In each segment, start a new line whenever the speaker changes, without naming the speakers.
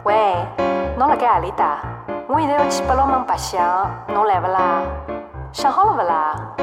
喂，侬辣盖何里搭？我现在要去八龙门白相，侬来勿啦？想好了勿啦？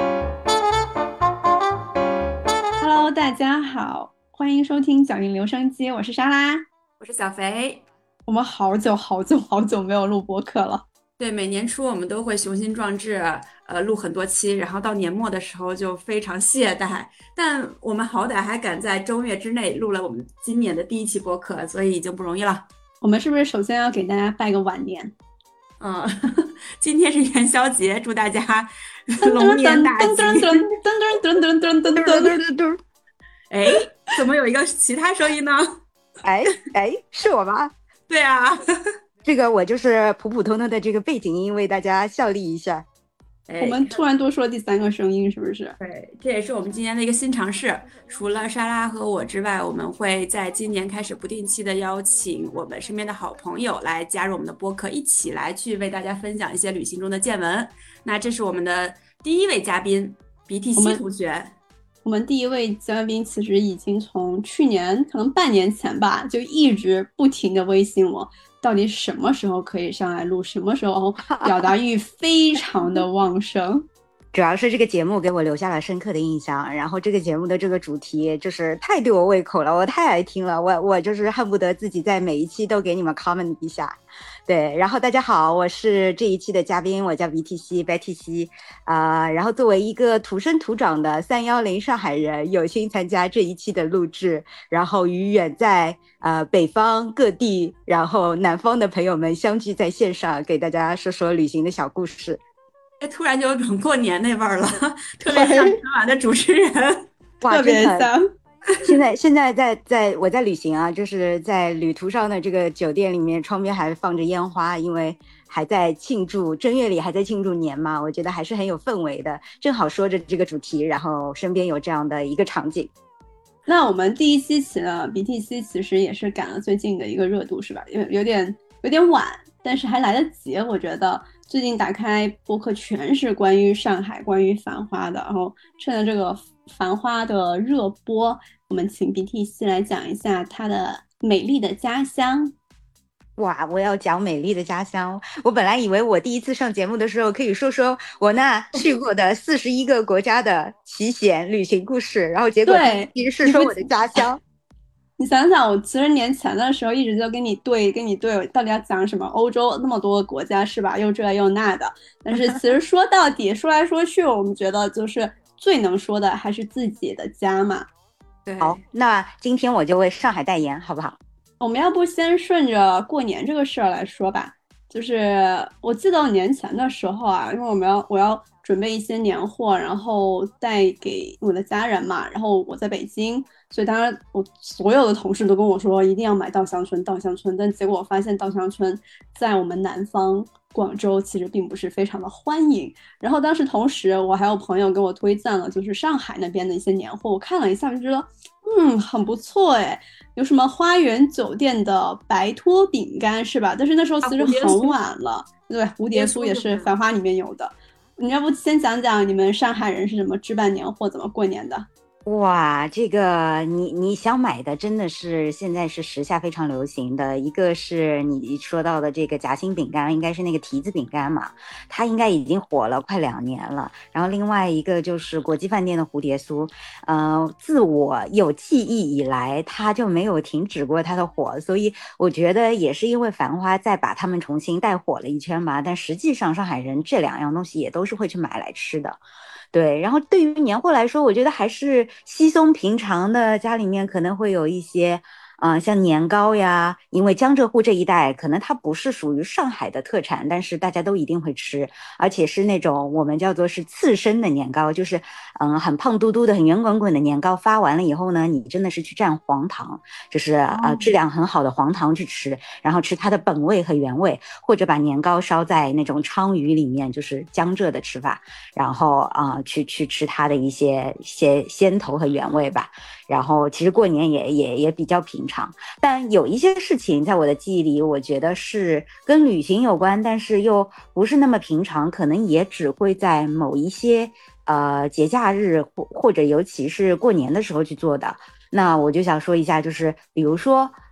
Hello，大家好，欢迎收听小云留声机，我是莎拉。
我是小肥。
我们好久没有录播客了。
对，每年初我们都会雄心壮志，录很多期，然后到年末的时候就非常懈怠。但我们好歹还赶在正月之内录了我们今年的第一期播客，所以已经不容易了。
我们是不是首先要给大家拜个晚年？
嗯，今天是元宵节，祝大家
噔
龙年大吉。
噔噔噔噔噔噔噔噔噔。
哎，怎么有一个其他声音呢？
哎，是我吗？
对啊，
这个我就是普普通通的这个背景音，为大家效力一下。
我们突然多说第三个声音，是不是？
对，这也是我们今年的一个新尝试。除了莎拉和我之外，我们会在今年开始不定期的邀请我们身边的好朋友来加入我们的播客，一起来去为大家分享一些旅行中的见闻。那这是我们的第一位嘉宾BTC 同学。
我们第一位嘉宾其实已经从去年可能半年前吧，就一直不停的微信我，到底什么时候可以上来录，什么时候表达欲非常的旺盛。
主要是这个节目给我留下了深刻的印象，然后这个节目的这个主题就是太对我胃口了，我太爱听了，我就是恨不得自己在每一期都给你们 comment 一下。对，然后大家好，我是这一期的嘉宾，我叫 BTC，然后作为一个土生土长的310上海人，有幸参加这一期的录制，然后与远在北方各地，然后南方的朋友们相聚在线上，给大家说说旅行的小故事。
突然就有种过年那味儿了，特别像春晚的主持人，
特别像。
现在我在旅行啊，就是在旅途上的这个酒店里面，窗边还放着烟花，因为还在庆祝正月里还在庆祝年嘛，我觉得还是很有氛围的。正好说着这个主题，然后身边有这样的一个场景。
那我们第一期起呢 BTC 其实也是赶了最近的一个热度，是吧？有点晚，但是还来得及。我觉得最近打开播客全是关于上海、关于繁花的，然后趁着这个繁花的热播，我们请 BTC 来讲一下他的美丽的家乡。
哇，我要讲美丽的家乡。我本来以为我第一次上节目的时候可以说说我那去过的41个国家的奇险旅行故事，然后结果第一是说我的家乡。
你想想，我其实年前的时候一直就跟你对，到底要讲什么？欧洲那么多个国家是吧？又这又那的。但是其实说到底，说来说去，我们觉得就是最能说的还是自己的家嘛。
对。
好，那今天我就为上海代言，好不好？
我们要不先顺着过年这个事儿来说吧。就是我记得我年前的时候啊，因为我要准备一些年货，然后带给我的家人嘛。然后我在北京，所以当然我所有的同事都跟我说一定要买稻香村。但结果我发现稻香村在我们南方广州其实并不是非常的欢迎。然后当时同时我还有朋友给我推荐了就是上海那边的一些年货，我看了一下就觉得很不错哎。有什么花园酒店的白托饼干是吧？但是那时候其实很晚了。对，蝴蝶酥也是繁花里面有的。你要不先讲讲你们上海人是怎么置办年货，怎么过年的？
哇，这个你想买的真的是现在是时下非常流行的，一个是你说到的这个夹心饼干，应该是那个提子饼干嘛，它应该已经火了快2年了。然后另外一个就是国际饭店的蝴蝶酥，自我有记忆以来，它就没有停止过它的火，所以我觉得也是因为繁花再把它们重新带火了一圈吧。但实际上上海人这2样东西也都是会去买来吃的。对，然后对于年货来说，我觉得还是稀松平常的，家里面可能会有一些像年糕呀，因为江浙沪这一带可能它不是属于上海的特产，但是大家都一定会吃，而且是那种我们叫做是刺身的年糕，就是很胖嘟嘟的、很圆滚滚的年糕，发完了以后呢，你真的是去蘸黄糖，就是质量很好的黄糖去吃，然后吃它的本味和原味，或者把年糕烧在那种鲳鱼里面，就是江浙的吃法，然后去吃它的一些鲜头和原味吧。然后其实过年也比较平常，但有一些事情在我的记忆里，我觉得是跟旅行有关，但是又不是那么平常，可能也只会在某一些节假日或者尤其是过年的时候去做的。那我就想说一下，就是比如说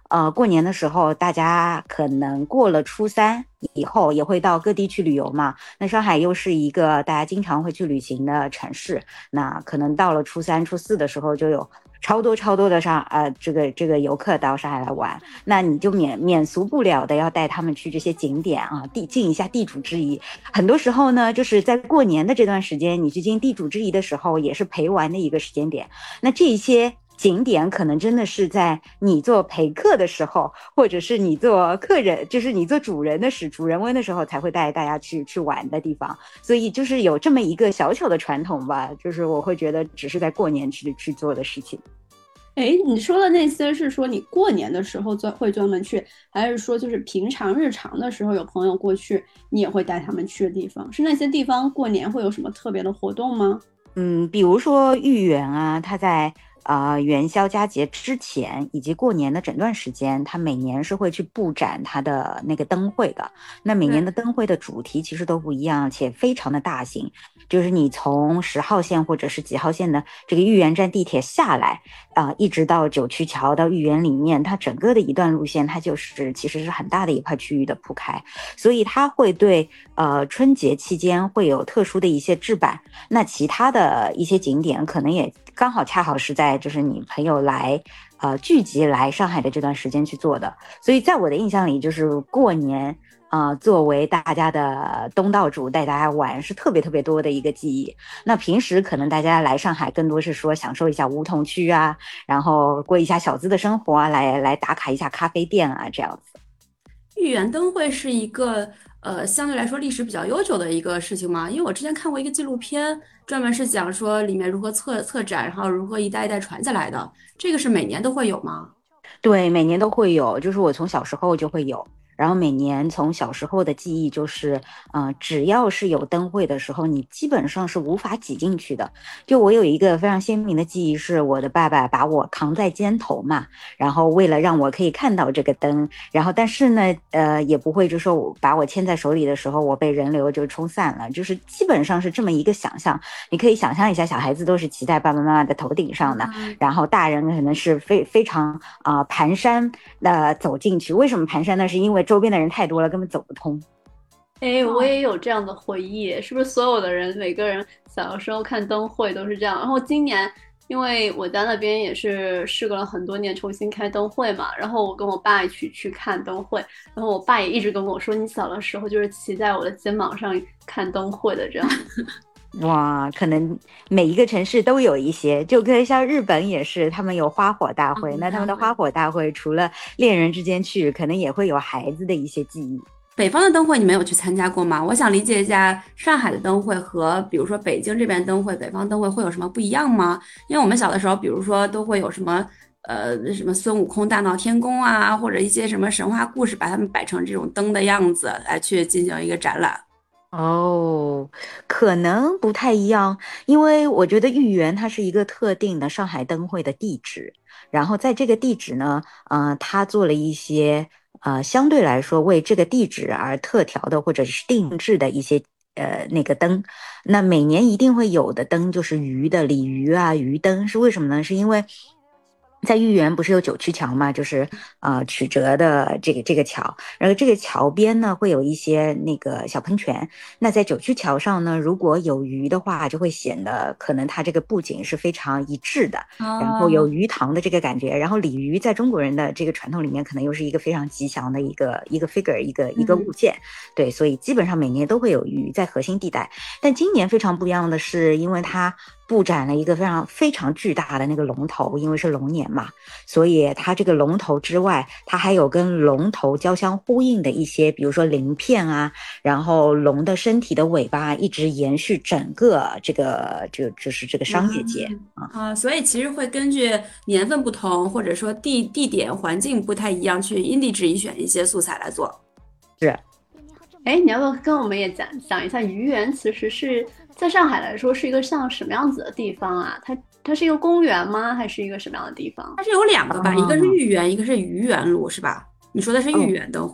过年的时候，大家可能过了初三以后，也会到各地去旅游嘛。那上海又是一个大家经常会去旅行的城市，那可能到了初三、初四的时候，就有超多的这个游客到上海来玩，那你就免俗不了的要带他们去这些景点啊，尽一下地主之谊。很多时候呢，就是在过年的这段时间，你去尽地主之谊的时候，也是陪玩的一个时间点。那这些景点可能真的是在你做陪客的时候，或者是你做客人，就是你做主人翁的时候，才会带大家去玩的地方。所以就是有这么一个小小的传统吧，就是我会觉得只是在过年去做的事情。
哎，你说的那些是说你过年的时候会专门去，还是说就是平常日常的时候有朋友过去，你也会带他们去的地方？是那些地方过年会有什么特别的活动吗？
比如说豫园啊，它在元宵佳节之前以及过年的整段时间，它每年是会去布展它的那个灯会的。那每年的灯会的主题其实都不一样，且非常的大型。就是你从10号线或者是几号线的这个豫园站地铁下来一直到九曲桥到豫园里面，它整个的一段路线，它就是其实是很大的一块区域的铺开，所以它会对春节期间会有特殊的一些置办。那其他的一些景点可能也刚好恰好是在就是你朋友来聚集来上海的这段时间去做的。所以在我的印象里，就是过年作为大家的东道主带大家玩是特别特别多的一个记忆。那平时可能大家来上海更多是说享受一下梧桐区啊，然后过一下小资的生活啊，来打卡一下咖啡店啊，这样子。
豫园灯会是一个相对来说历史比较悠久的一个事情吗？因为我之前看过一个纪录片，专门是讲说里面如何策展，然后如何一代一代传下来的。这个是每年都会有吗？
对，每年都会有，就是我从小时候就会有。然后每年从小时候的记忆就是，只要是有灯会的时候，你基本上是无法挤进去的。就我有一个非常鲜明的记忆，是我的爸爸把我扛在肩头嘛，然后为了让我可以看到这个灯，然后但是呢，也不会就说我把我牵在手里的时候，我被人流就冲散了，就是基本上是这么一个想象。你可以想象一下，小孩子都是骑在爸爸妈妈的头顶上的，然后大人可能是非常蹒跚走进去。为什么蹒跚呢？是因为周边的人太多了，根本走不通。
哎，我也有这样的回忆，是不是所有的人每个人小的时候看灯会都是这样？然后今年因为我家那边也是事隔了很多年重新开灯会嘛，然后我跟我爸一起去看灯会，然后我爸也一直跟我说，你小的时候就是骑在我的肩膀上看灯会的这样。
哇，可能每一个城市都有一些，就跟像日本也是，他们有花火大会，那他们的花火大会除了恋人之间去，可能也会有孩子的一些记忆。
北方的灯会你们有去参加过吗？我想理解一下上海的灯会和比如说北京这边灯会、北方灯会会有什么不一样吗？因为我们小的时候，比如说都会有什么什么孙悟空大闹天宫啊，或者一些什么神话故事，把它们摆成这种灯的样子来去进行一个展览。
哦，可能不太一样，因为我觉得豫园它是一个特定的上海灯会的地址，然后在这个地址呢，它做了一些相对来说为这个地址而特调的或者是定制的一些那个灯。那每年一定会有的灯就是鱼的鲤鱼啊，鱼灯是为什么呢？是因为在豫园不是有九曲桥嘛，就是曲折的这个桥，然后这个桥边呢会有一些那个小喷泉。那在九曲桥上呢，如果有鱼的话，就会显得可能它这个布景是非常一致的，然后有鱼塘的这个感觉。然后鲤鱼在中国人的这个传统里面，可能又是一个非常吉祥的一个 figure， 一个物件。对，所以基本上每年都会有鱼在核心地带。但今年非常不一样的是，因为它布展了一个非常巨大的那个龙头，因为是龙年嘛，所以它这个龙头之外，它还有跟龙头交相呼应的一些，比如说鳞片啊，然后龙的身体的尾巴一直延续整个就是这个商业节
所以其实会根据年份不同，或者说地点环境不太一样，去因地制宜选一些素材来做。
是。
哎，你要不要跟我们也讲一下豫园其实是在上海来说是一个像什么样子的地方啊？它是一个公园吗？还是一个什么样的地方？
它是有两个吧，一个是豫园，一个是愚园路，是吧？你说的是豫园灯会。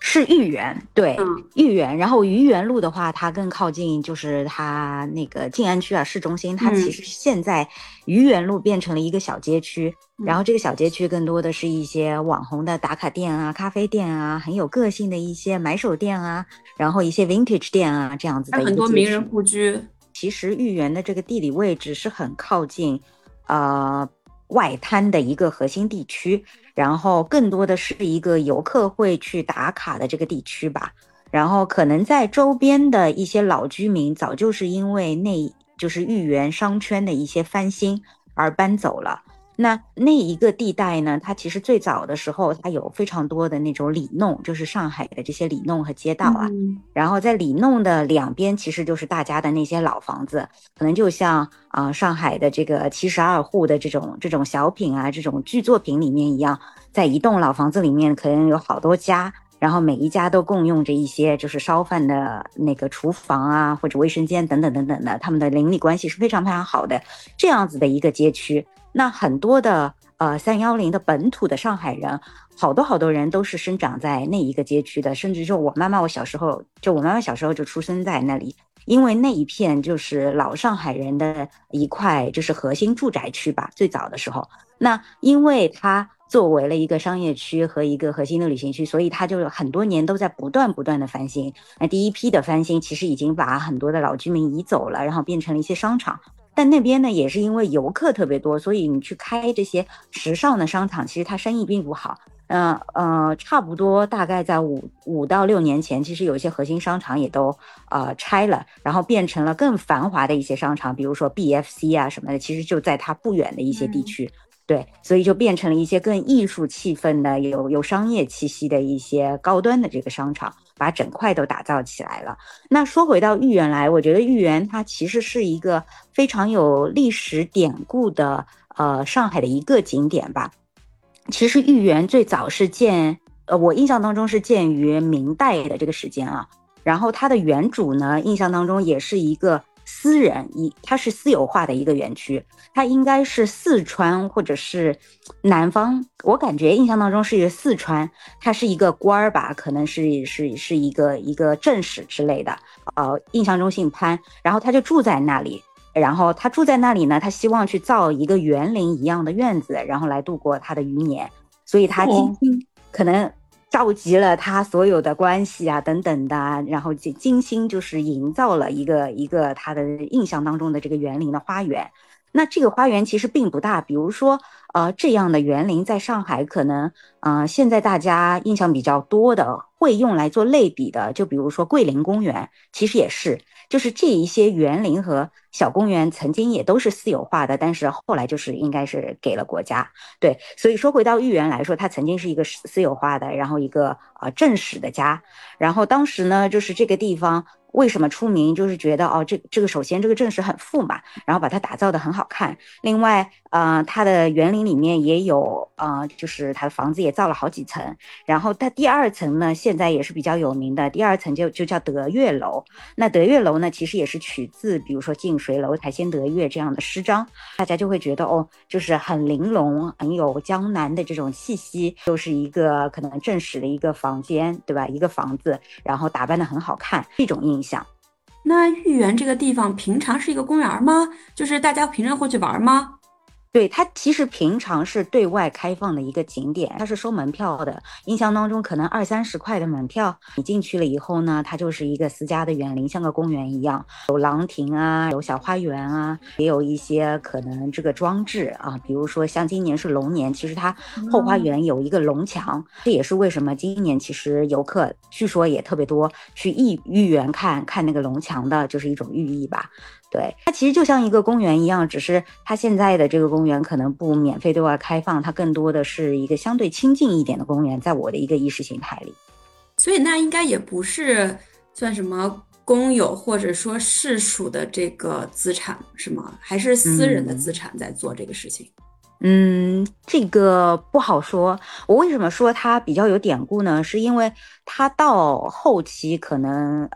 是豫园，对，
嗯
豫园。然后愚园路的话，它更靠近，就是它那个静安区啊，市中心。它其实现在愚园路变成了一个小街区，然后这个小街区更多的是一些网红的打卡店啊、咖啡店啊，很有个性的一些买手店啊，然后一些 vintage 店啊这样子的一个街区。
很多名人故居。
其实豫园的这个地理位置是很靠近，外滩的一个核心地区，然后更多的是一个游客会去打卡的这个地区吧。然后可能在周边的一些老居民早就是因为就是豫园商圈的一些翻新而搬走了。那一个地带呢，它其实最早的时候它有非常多的那种里弄，就是上海的这些里弄和街道啊。然后在里弄的两边其实就是大家的那些老房子，可能就像上海的这个72户的这种小品啊，这种剧作品里面一样，在一栋老房子里面可能有好多家，然后每一家都共用着一些就是烧饭的那个厨房啊，或者卫生间等等等等的，他们的邻里关系是非常非常好的，这样子的一个街区。那很多的310的本土的上海人，好多人都是生长在那一个街区的，甚至就我妈妈小时候就出生在那里，因为那一片就是老上海人的一块就是核心住宅区吧，最早的时候。那因为它作为了一个商业区和一个核心的旅行区，所以它就很多年都在不断的翻新。那第一批的翻新其实已经把很多的老居民移走了，然后变成了一些商场。但那边呢，也是因为游客特别多，所以你去开这些时尚的商场，其实它生意并不好。差不多大概在5到6年前，其实有一些核心商场也都拆了，然后变成了更繁华的一些商场，比如说 BFC 啊什么的，其实就在它不远的一些地区。对，所以就变成了一些更艺术气氛的、有商业气息的一些高端的这个商场，把整块都打造起来了。那说回到豫园来，我觉得豫园它其实是一个非常有历史典故的上海的一个景点吧。其实豫园最早是我印象当中是建于明代的这个时间啊，然后它的原主呢，印象当中也是一个私人，它是私有化的一个园区，它应该是四川或者是南方，我感觉印象当中是四川，它是一个官儿吧，可能是一个正史之类的，印象中姓潘，然后他就住在那里。然后他住在那里呢，他希望去造一个园林一样的院子，然后来度过他的余年，所以他可能召集了他所有的关系啊等等的，然后精心就是营造了一个他的印象当中的这个园林的花园。那这个花园其实并不大，比如说这样的园林在上海可能现在大家印象比较多的会用来做类比的，就比如说桂林公园，其实也是，就是这一些园林和小公园曾经也都是私有化的，但是后来就是应该是给了国家。对，所以说回到豫园来说，它曾经是一个私有化的，然后一个正史的家。然后当时呢，就是这个地方为什么出名，就是觉得这个首先这个正史很富嘛，然后把它打造的很好看。另外它的园林里面也有就是它的房子也造了好几层，然后它第二层呢现在也是比较有名的，第二层就叫德月楼。那德月楼呢其实也是取自比如说近水楼台先得月这样的诗章，大家就会觉得就是很玲珑，很有江南的这种气息，就是一个可能正史的一个房间，对吧，一个房子，然后打扮的很好看，这种印象。
那豫园这个地方平常是一个公园吗？就是大家平常会去玩吗？
对，它其实平常是对外开放的一个景点，它是收门票的。印象当中可能20-30块的门票，你进去了以后呢，它就是一个私家的园林，像个公园一样，有廊亭啊，有小花园啊，也有一些可能这个装置啊，比如说像今年是龙年，其实它后花园有一个龙墙，这也是为什么今年其实游客据说也特别多去豫园看那个龙墙的，就是一种寓意吧。对，它其实就像一个公园一样，只是它现在的这个公园可能不免费对外开放，它更多的是一个相对亲近一点的公园，在我的一个意识形态里。
所以那应该也不是算什么公有或者说市属的这个资产是吗？还是私人的资产在做这个事情？
这个不好说。我为什么说它比较有典故呢？是因为它到后期可能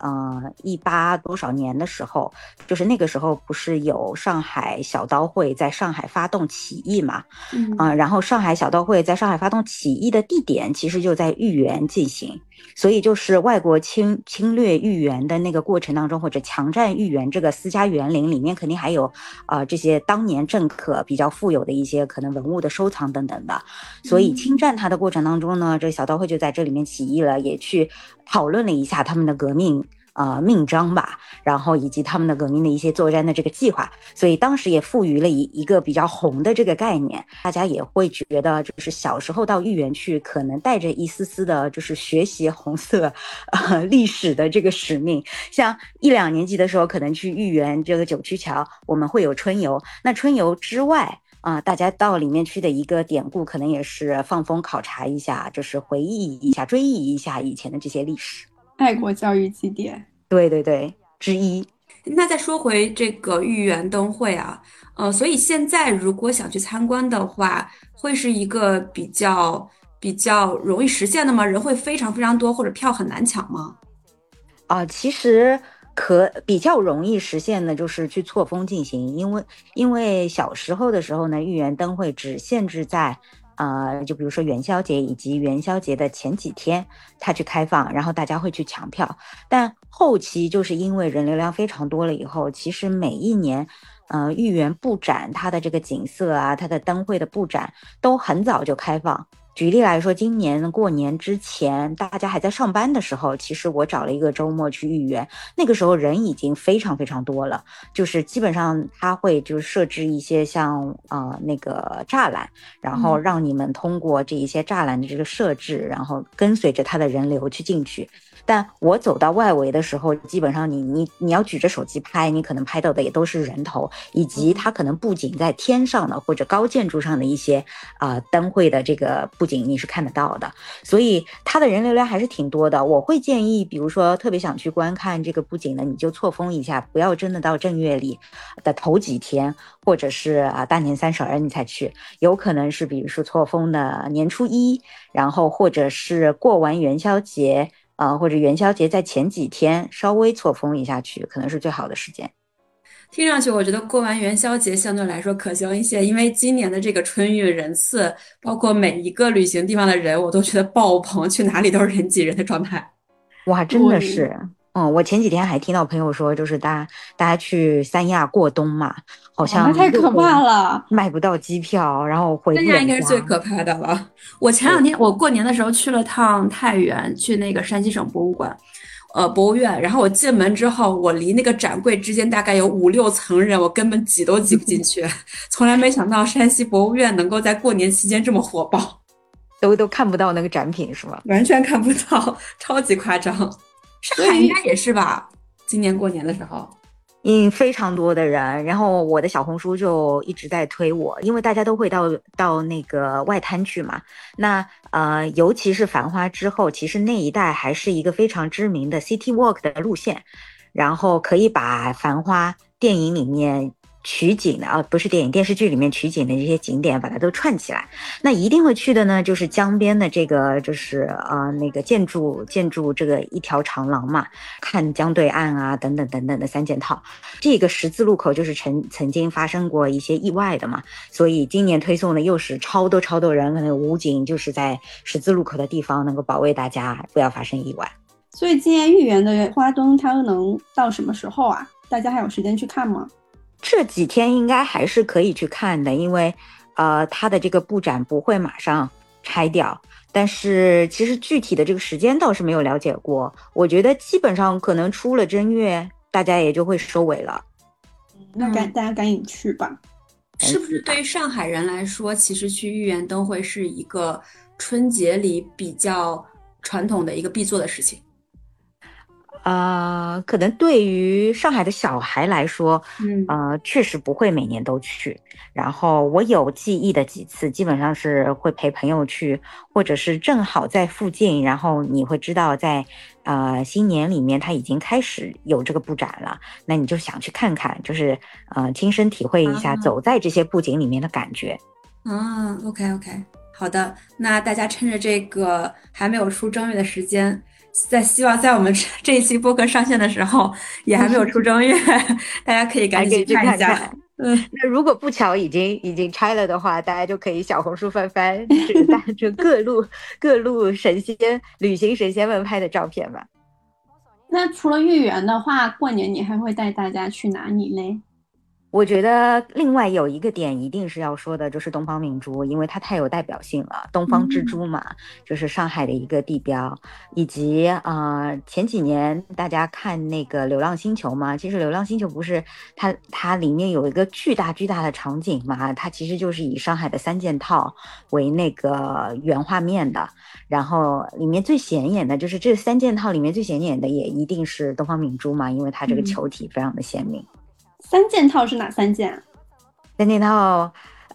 18多少年的时候，就是那个时候不是有上海小刀会在上海发动起义嘛？然后上海小刀会在上海发动起义的地点其实就在豫园进行。 所以就是外国侵略豫园的那个过程当中，或者强占豫园这个私家园林里面，肯定还有这些当年政客比较富有的一些可能文物的收藏等等的。所以侵占它的过程当中呢，这小刀会就在这里面起义了，也去讨论了一下他们的革命命章吧，然后以及他们的革命的一些作战的这个计划，所以当时也赋予了一个比较红的这个概念，大家也会觉得就是小时候到豫园去，可能带着一丝丝的就是学习红色历史的这个使命。像1、2年级的时候，可能去豫园这个九曲桥，我们会有春游，那春游之外大家到里面去的一个典故，可能也是放风考察一下，就是回忆一下、追忆一下以前的这些历史。
爱国教育基点，
对对对，之一。
那再说回这个豫园灯会啊，所以现在如果想去参观的话，会是一个比较容易实现的吗？人会非常非常多，或者票很难抢吗？
其实比较容易实现的就是去错峰进行，因为小时候的时候呢，豫园灯会只限制在就比如说元宵节以及元宵节的前几天它去开放，然后大家会去抢票。但后期就是因为人流量非常多了以后，其实每一年豫园布展它的这个景色啊，它的灯会的布展都很早就开放。举例来说，今年过年之前大家还在上班的时候，其实我找了一个周末去豫园，那个时候人已经非常非常多了，就是基本上他会就是设置一些像那个栅栏，然后让你们通过这一些栅栏的这个设置，然后跟随着它的人流去进去。但我走到外围的时候，基本上你要举着手机拍，你可能拍到的也都是人头，以及它可能布景在天上的或者高建筑上的一些灯会的这个布景你是看得到的，所以它的人流量还是挺多的。我会建议，比如说特别想去观看这个布景的，你就错峰一下，不要真的到正月里的头几天，或者是大年30你才去，有可能是比如说错峰的年初1，然后或者是过完元宵节。或者元宵节在前几天稍微错峰一下去，可能是最好的时间。
听上去我觉得过完元宵节相对来说可行一些，因为今年的这个春运人次，包括每一个旅行地方的人，我都觉得爆棚，去哪里都是人挤人的状态。
哇，真的是。我前几天还听到朋友说，就是大家去三亚过冬嘛，好像
那太可怕了，
买不到机票，然后回不了家。
三亚应该是最可怕的了。我前2天我过年的时候去了趟太原，去那个山西省博物馆，博物院。然后我进门之后，我离那个展柜之间大概有5、6层人，我根本挤都挤不进去。从来没想到山西博物院能够在过年期间这么火爆，
都看不到那个展品是吗？
完全看不到，超级夸张。上海应该也是吧？今年过年的时候，
非常多的人，然后我的小红书就一直在推我，因为大家都会到那个外滩去嘛。那尤其是繁花之后，其实那一带还是一个非常知名的 City Walk 的路线，然后可以把繁花电影里面取景的不是电影，电视剧里面取景的这些景点把它都串起来。那一定会去的呢，就是江边的这个就是那个建筑这个一条长廊嘛，看江对岸啊等等等等的3件套。这个十字路口就是曾经发生过一些意外的嘛，所以今年推送的又是超多人，可能有武警就是在十字路口的地方能够保卫大家不要发生意外。
所以今年豫园的花灯它能到什么时候啊？大家还有时间去看吗？
这几天应该还是可以去看的，因为它的这个布展不会马上拆掉，但是其实具体的这个时间倒是没有了解过。我觉得基本上可能出了正月，大家也就会收尾了。
那大家赶紧去吧。
是不是对于上海人来说，其实去豫园灯会是一个春节里比较传统的一个必做的事情？
可能对于上海的小孩来说，确实不会每年都去。然后我有记忆的几次，基本上是会陪朋友去，或者是正好在附近，然后你会知道在新年里面它已经开始有这个布展了，那你就想去看看，就是亲身体会一下走在这些布景里面的感觉。
OK， 好的，那大家趁着这个还没有出正月的时间。希望在我们这一期播客上线的时候，也还没有出正月，大家可以赶紧去看一下。
那如果不巧已经拆了的话，大家就可以小红书翻翻，就是带着各路神仙、旅行神仙们拍的照片吧。
那除了豫园的话，过年你还会带大家去哪里嘞？
我觉得另外有一个点一定是要说的，就是东方明珠，因为它太有代表性了，东方之珠嘛，就是上海的一个地标，以及前几年大家看那个《流浪星球》嘛，其实《流浪星球》不是它里面有一个巨大的场景嘛，它其实就是以上海的三件套为那个原画面的，然后里面最显眼的就是这三件套里面最显眼的也一定是东方明珠嘛，因为它这个球体非常的鲜明。
三件套是哪三件？
三件套，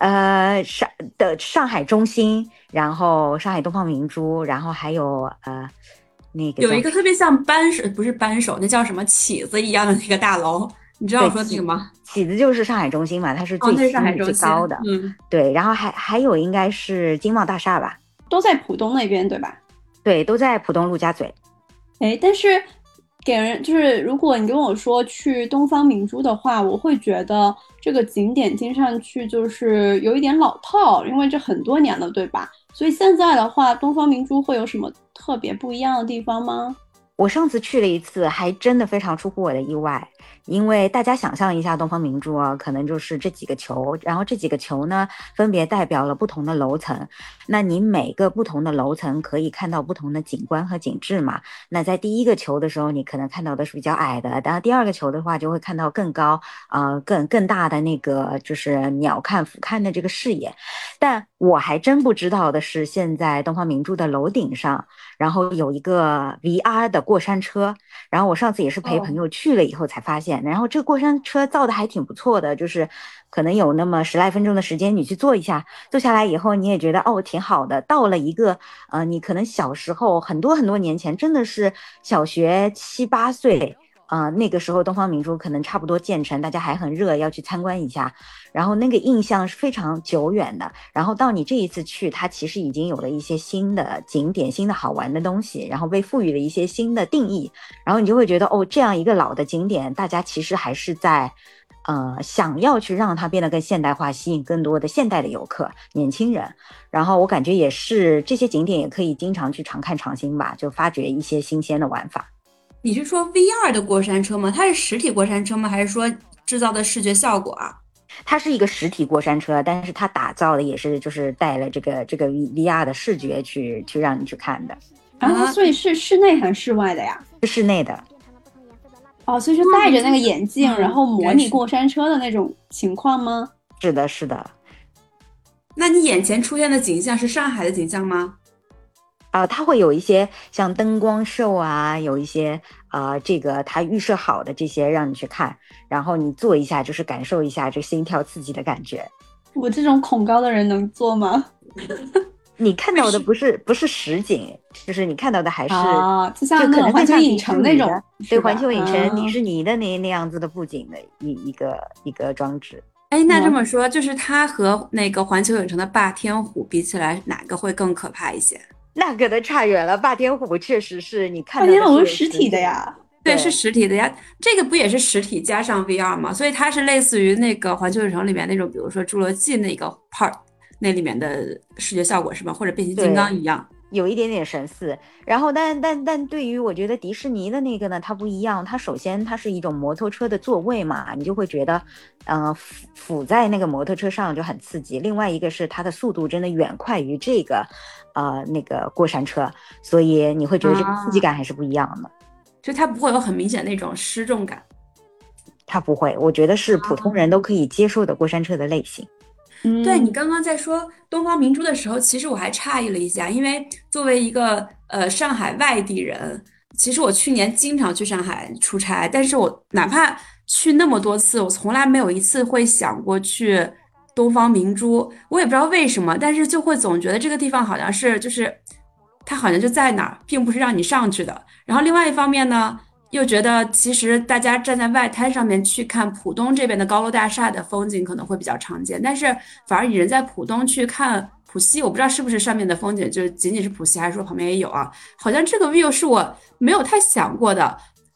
上海中心，然后上海东方明珠，然后还有那个
有一个特别像扳手，不是扳手，那叫什么起子一样的那个大楼，你知道我说那个吗？
起子就是上海中心嘛，它是最最高的，对，然后还有应该是金茂大厦吧，
都在浦东那边对吧？
对，都在浦东陆家嘴。
哎，但是给人就是如果你跟我说去东方明珠的话，我会觉得这个景点听上去就是有一点老套，因为这很多年了对吧？所以现在的话，东方明珠会有什么特别不一样的地方吗？
我上次去了一次，还真的非常出乎我的意外，因为大家想象一下东方明珠啊，可能就是这几个球，然后这几个球呢，分别代表了不同的楼层。那你每个不同的楼层可以看到不同的景观和景致嘛？那在第一个球的时候，你可能看到的是比较矮的，然后第二个球的话，就会看到更高更大的那个就是鸟瞰俯瞰的这个视野。但我还真不知道的是，现在东方明珠的楼顶上，然后有一个 VR 的过山车，然后我上次也是陪朋友去了以后才发现，然后这个过山车造的还挺不错的，就是可能有那么10来分钟的时间你去坐一下，坐下来以后你也觉得挺好的，到了一个你可能小时候很多很多年前真的是小学7、8岁那个时候东方明珠可能差不多建成，大家还很热要去参观一下，然后那个印象是非常久远的，然后到你这一次去，它其实已经有了一些新的景点、新的好玩的东西，然后被赋予了一些新的定义，然后你就会觉得这样一个老的景点，大家其实还是在想要去让它变得更现代化，吸引更多的现代的游客、年轻人。然后我感觉也是这些景点也可以经常去常看常新吧，就发掘一些新鲜的玩法。
你是说 VR 的过山车吗？它是实体过山车吗？还是说制造的视觉效果啊？
它是一个实体过山车，但是它打造的也是就是带了这个 VR 的视觉去让你去看的。
所以是室内还是室外的呀？
是室内的。
所以是戴着那个眼镜，然后模拟过山车的那种情况吗？
是的，是的。
那你眼前出现的景象是上海的景象吗？
它会有一些像灯光秀啊，有一些这个它预设好的这些让你去看，然后你坐一下就是感受一下这心跳刺激的感觉。
我这种恐高的人能坐吗？
你看到的不是实景，就是你看到的还是
就像那种环球影城那种，
对，环球影城、迪士尼的那样子的布景的一个装置。
那这么说，就是它和那个环球影城的霸天虎比起来，哪个会更可怕一些？
那个的差远了，霸天虎确实是你看到的
霸天虎是实体的呀。
对，是实体的呀。这个不也是实体加上 VR 吗？所以它是类似于那个环球影城里面那种，比如说侏罗纪那个 part 那里面的视觉效果是吧？或者变形金刚一样，
有一点点神似。然后但对于我觉得迪士尼的那个呢，它不一样。它首先它是一种摩托车的座位嘛，你就会觉得俯在那个摩托车上就很刺激。另外一个是它的速度真的远快于这个那个过山车，所以你会觉得这个刺激感还是不一样的。
就它不会有很明显那种失重感。
它不会，我觉得是普通人都可以接受的过山车的类型。
对，你刚刚在说东方明珠的时候，其实我还诧异了一下，因为作为一个上海外地人，其实我去年经常去上海出差，但是我哪怕去那么多次，我从来没有一次会想过去东方明珠，我也不知道为什么，但是就会总觉得这个地方好像是就是它好像就在哪儿，并不是让你上去的。然后另外一方面呢，又觉得其实大家站在外滩上面去看浦东这边的高楼大厦的风景可能会比较常见，但是反而你人在浦东去看浦西，我不知道是不是上面的风景就仅仅是浦西，还是说旁边也有啊？好像这个 view 是我没有太想过的。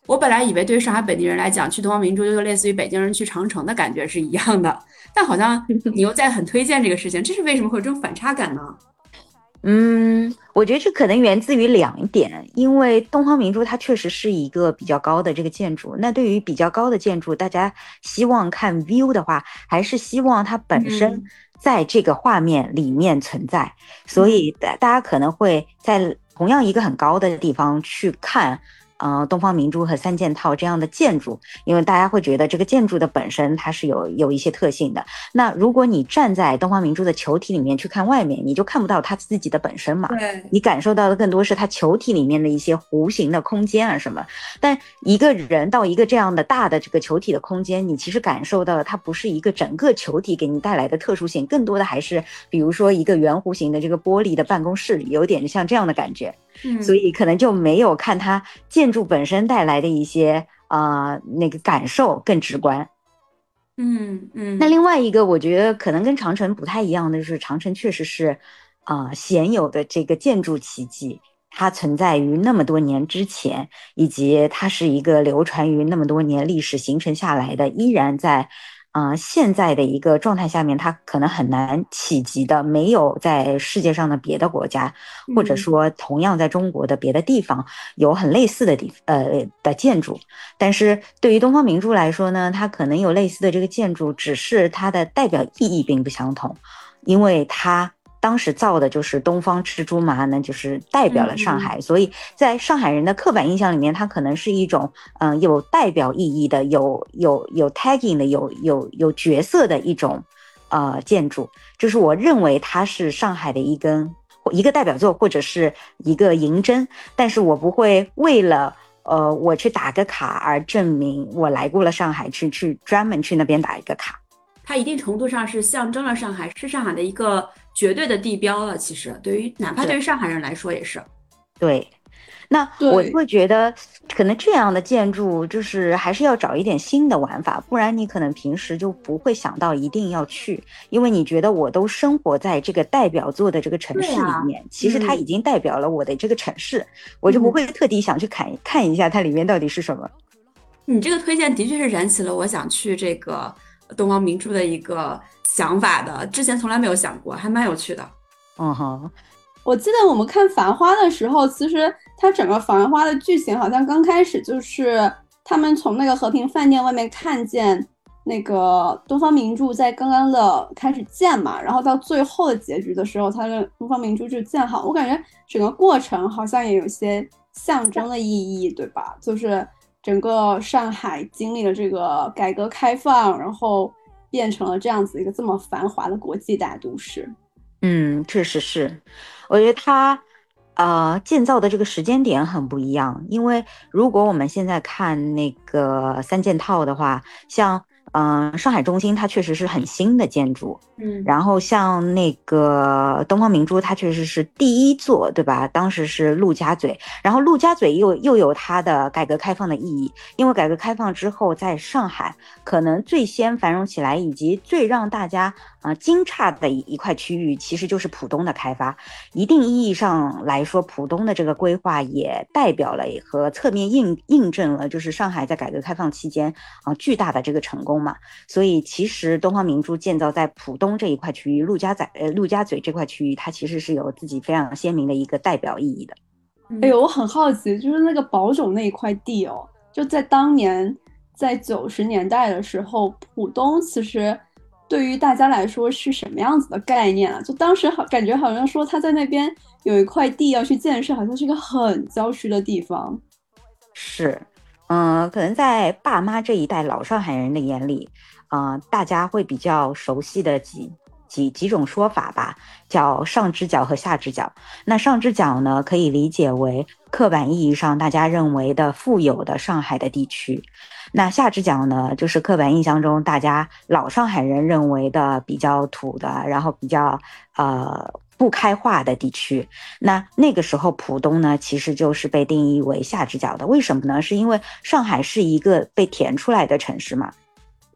我本来以为对于上海本地人来讲，去东方明珠就类似于北京人去长城的感觉是一样的，但好像你又在很推荐这个事情，这是为什么会有这种反差感呢？
我觉得这可能源自于两点，因为东方明珠它确实是一个比较高的这个建筑，那对于比较高的建筑，大家希望看 view 的话，还是希望它本身在这个画面里面存在，所以大家可能会在同样一个很高的地方去看东方明珠和三件套这样的建筑，因为大家会觉得这个建筑的本身它是有一些特性的。那如果你站在东方明珠的球体里面去看外面，你就看不到它自己的本身嘛，你感受到的更多是它球体里面的一些弧形的空间啊什么。但一个人到一个这样的大的这个球体的空间，你其实感受到的它不是一个整个球体给你带来的特殊性，更多的还是比如说一个圆弧形的这个玻璃的办公室，有点像这样的感觉。所以可能就没有看它建筑本身带来的一些那个感受更直观。那另外一个我觉得可能跟长城不太一样的就是长城确实是鲜有的这个建筑奇迹，它存在于那么多年之前，以及它是一个流传于那么多年历史形成下来的，依然在现在的一个状态下面，它可能很难企及的，没有在世界上的别的国家，或者说同样在中国的别的地方有很类似的的建筑。但是对于东方明珠来说呢，它可能有类似的这个建筑，只是它的代表意义并不相同，因为它当时造的就是东方赤竹马呢，就是代表了上海，所以在上海人的刻板印象里面，它可能是一种有代表意义的、有 tagging 的、有角色的一种建筑，就是我认为它是上海的一个代表作或者是一个银针，但是我不会为了我去打个卡而证明我来过了上海，去专门去那边打一个卡。
它一定程度上是象征了上海，是上海的一个绝对的地标了。其实哪怕对于上海人来说也是。
对，那我会觉得可能这样的建筑就是还是要找一点新的玩法，不然你可能平时就不会想到一定要去，因为你觉得我都生活在这个代表作的这个城市里面，其实它已经代表了我的这个城市，我就不会特地想去看一下它里面到底是什么。
你这个推荐的确是燃起了我想去这个东方明珠的一个想法的，之前从来没有想过，还蛮有趣的。
我记得我们看《繁花》的时候，其实它整个《繁花》的剧情好像刚开始就是他们从那个和平饭店外面看见那个东方明珠在刚刚的开始建嘛，然后到最后的结局的时候，它的东方明珠就建好。我感觉整个过程好像也有些象征的意义，对吧？就是整个上海经历了这个改革开放，然后变成了这样子一个这么繁华的国际大都市。
确实是，我觉得它建造的这个时间点很不一样，因为如果我们现在看那个三件套的话，像上海中心它确实是很新的建筑，然后像那个东方明珠它确实是第一座，对吧？当时是陆家嘴，然后陆家嘴又有它的改革开放的意义，因为改革开放之后在上海可能最先繁荣起来以及最让大家惊诧的一块区域其实就是浦东的开发，一定意义上来说浦东的这个规划也代表了和侧面印证了就是上海在改革开放期间巨大的这个成功嘛，所以其实东方明珠建造在浦东这一块区域，陆家嘴这块区域，它其实是有自己非常鲜明的一个代表意义的。
哎呦，我很好奇，就是那个宝冢那一块地哦，就在当年在90年代的时候，浦东其实对于大家来说是什么样子的概念啊？就当时感觉好像说他在那边有一块地要去建设，好像是一个很郊区的地方。
是，可能在爸妈这一代老上海人的眼里，大家会比较熟悉的几种说法吧，叫上支角和下支角。那上支角呢，可以理解为刻板意义上大家认为的富有的上海的地区。那下支角呢，就是刻板印象中大家老上海人认为的比较土的，然后比较不开化的地区。那个时候浦东呢，其实就是被定义为下支角的。为什么呢？是因为上海是一个被填出来的城市嘛。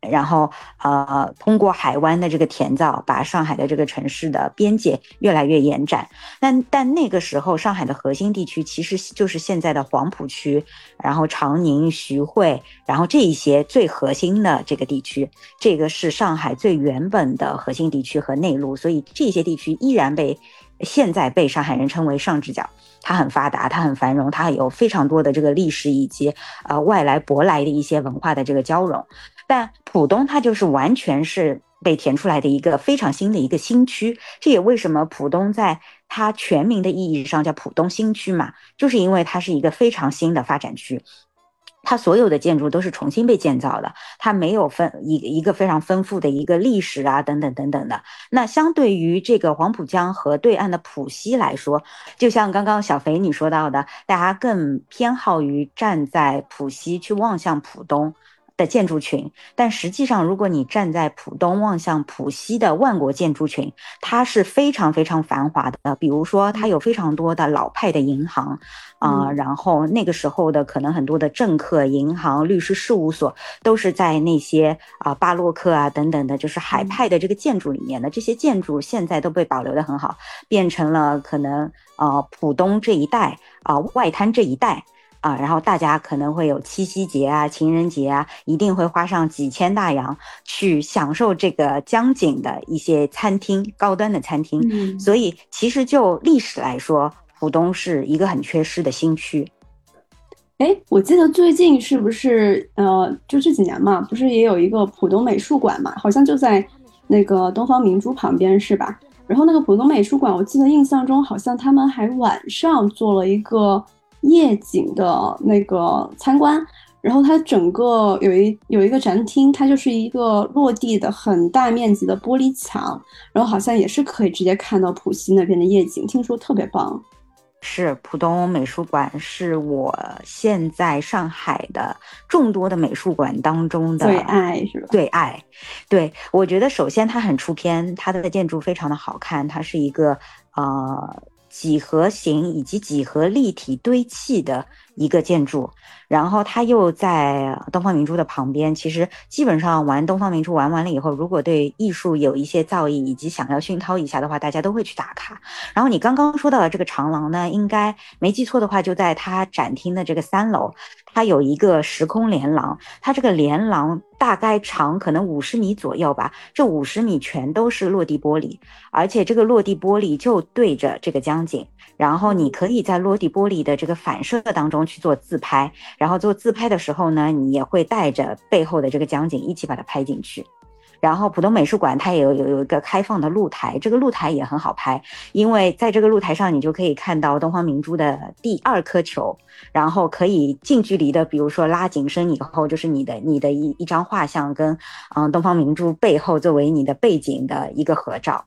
然后通过海湾的这个填造，把上海的这个城市的边界越来越延展。但那个时候上海的核心地区其实就是现在的黄浦区，然后长宁、徐汇，然后这一些最核心的这个地区，这个是上海最原本的核心地区和内陆，所以这些地区依然现在被上海人称为上直角。它很发达，它很繁荣，它有非常多的这个历史以及外来舶来的一些文化的这个交融。但浦东它就是完全是被填出来的一个非常新的一个新区，这也为什么浦东在它全名的意义上叫浦东新区嘛，就是因为它是一个非常新的发展区。它所有的建筑都是重新被建造的，它没有一个非常丰富的一个历史啊，等等等等的。那相对于这个黄浦江和对岸的浦西来说，就像刚刚小肥你说到的，大家更偏好于站在浦西去望向浦东的建筑群，但实际上如果你站在浦东望向浦西的万国建筑群，它是非常非常繁华的。比如说它有非常多的老派的银行然后那个时候的可能很多的政客、银行、律师事务所都是在那些巴洛克啊等等的，就是海派的这个建筑里面的。这些建筑现在都被保留得很好，变成了可能浦东这一带外滩这一带然后大家可能会有七夕节啊、情人节啊，一定会花上几千大洋去享受这个江景的一些餐厅，高端的餐厅。所以其实就历史来说，浦东是一个很缺失的新区。
我记得最近是不是就这几年嘛，不是也有一个浦东美术馆嘛？好像就在那个东方明珠旁边是吧？然后那个浦东美术馆，我记得印象中好像他们还晚上做了一个夜景的那个参观，然后它整个有一个展厅，它就是一个落地的很大面积的玻璃墙，然后好像也是可以直接看到浦西那边的夜景，听说特别棒。
是浦东美术馆是我现在上海的众多的美术馆当中的
最爱，是吧？
最爱。对，我觉得首先它很出片，它的建筑非常的好看，它是一个几何形以及几何立体堆砌的一个建筑，然后它又在东方明珠的旁边。其实基本上玩东方明珠玩完了以后，如果对艺术有一些造诣以及想要熏陶一下的话，大家都会去打卡。然后你刚刚说到的这个长廊呢，应该没记错的话，就在它展厅的这个3楼，它有一个时空连廊。它这个连廊大概长可能50米左右吧，这50米全都是落地玻璃，而且这个落地玻璃就对着这个江景，然后你可以在落地玻璃的这个反射当中去做自拍，然后做自拍的时候呢，你也会带着背后的这个江景一起把它拍进去。然后浦东美术馆它也有一个开放的露台，这个露台也很好拍，因为在这个露台上你就可以看到东方明珠的第2颗球，然后可以近距离的比如说拉景深以后，就是你的一张画像跟东方明珠背后作为你的背景的一个合照。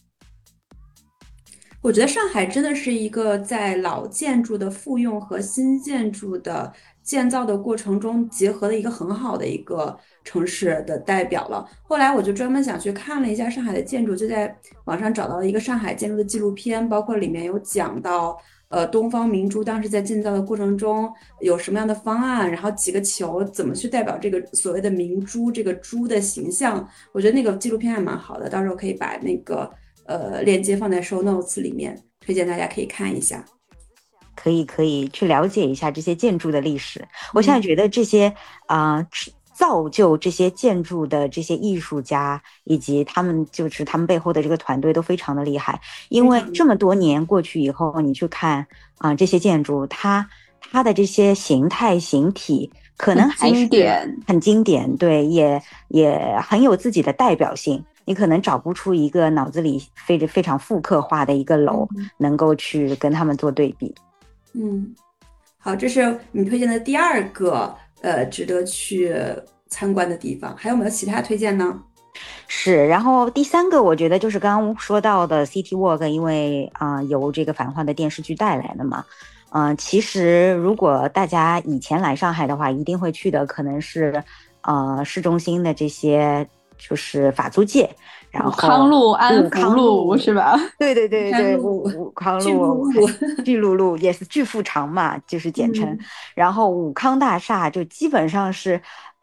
我觉得上海真的是一个在老建筑的复用和新建筑的建造的过程中结合的一个很好的一个城市的代表了。后来我就专门想去看了一下上海的建筑，就在网上找到了一个上海建筑的纪录片，包括里面有讲到东方明珠当时在建造的过程中有什么样的方案，然后几个球怎么去代表这个所谓的明珠这个珠的形象。我觉得那个纪录片还蛮好的，到时候可以把那个链接放在 show notes 里面，推荐大家可以看一下。
可以去了解一下这些建筑的历史。我现在觉得这些造就这些建筑的这些艺术家以及他们背后的这个团队都非常的厉害，因为这么多年过去以后，你去看这些建筑，它的这些形态形体可能还是很经典，对，也很有自己的代表性。你可能找不出一个脑子里非常复刻化的一个楼能够去跟他们做对比。
好，这是你推荐的第2个值得去参观的地方，还有没有其他推荐呢？
是，然后第3个我觉得就是刚刚说到的 City Walk， 因为由这个繁华的电视剧带来的嘛。其实如果大家以前来上海的话，一定会去的可能是市中心的这些就是法租界，然后
康路、安福路是吧？
对，武康路、巨鹿路也是巨富长嘛，就是简称。然后武康大厦就基本上是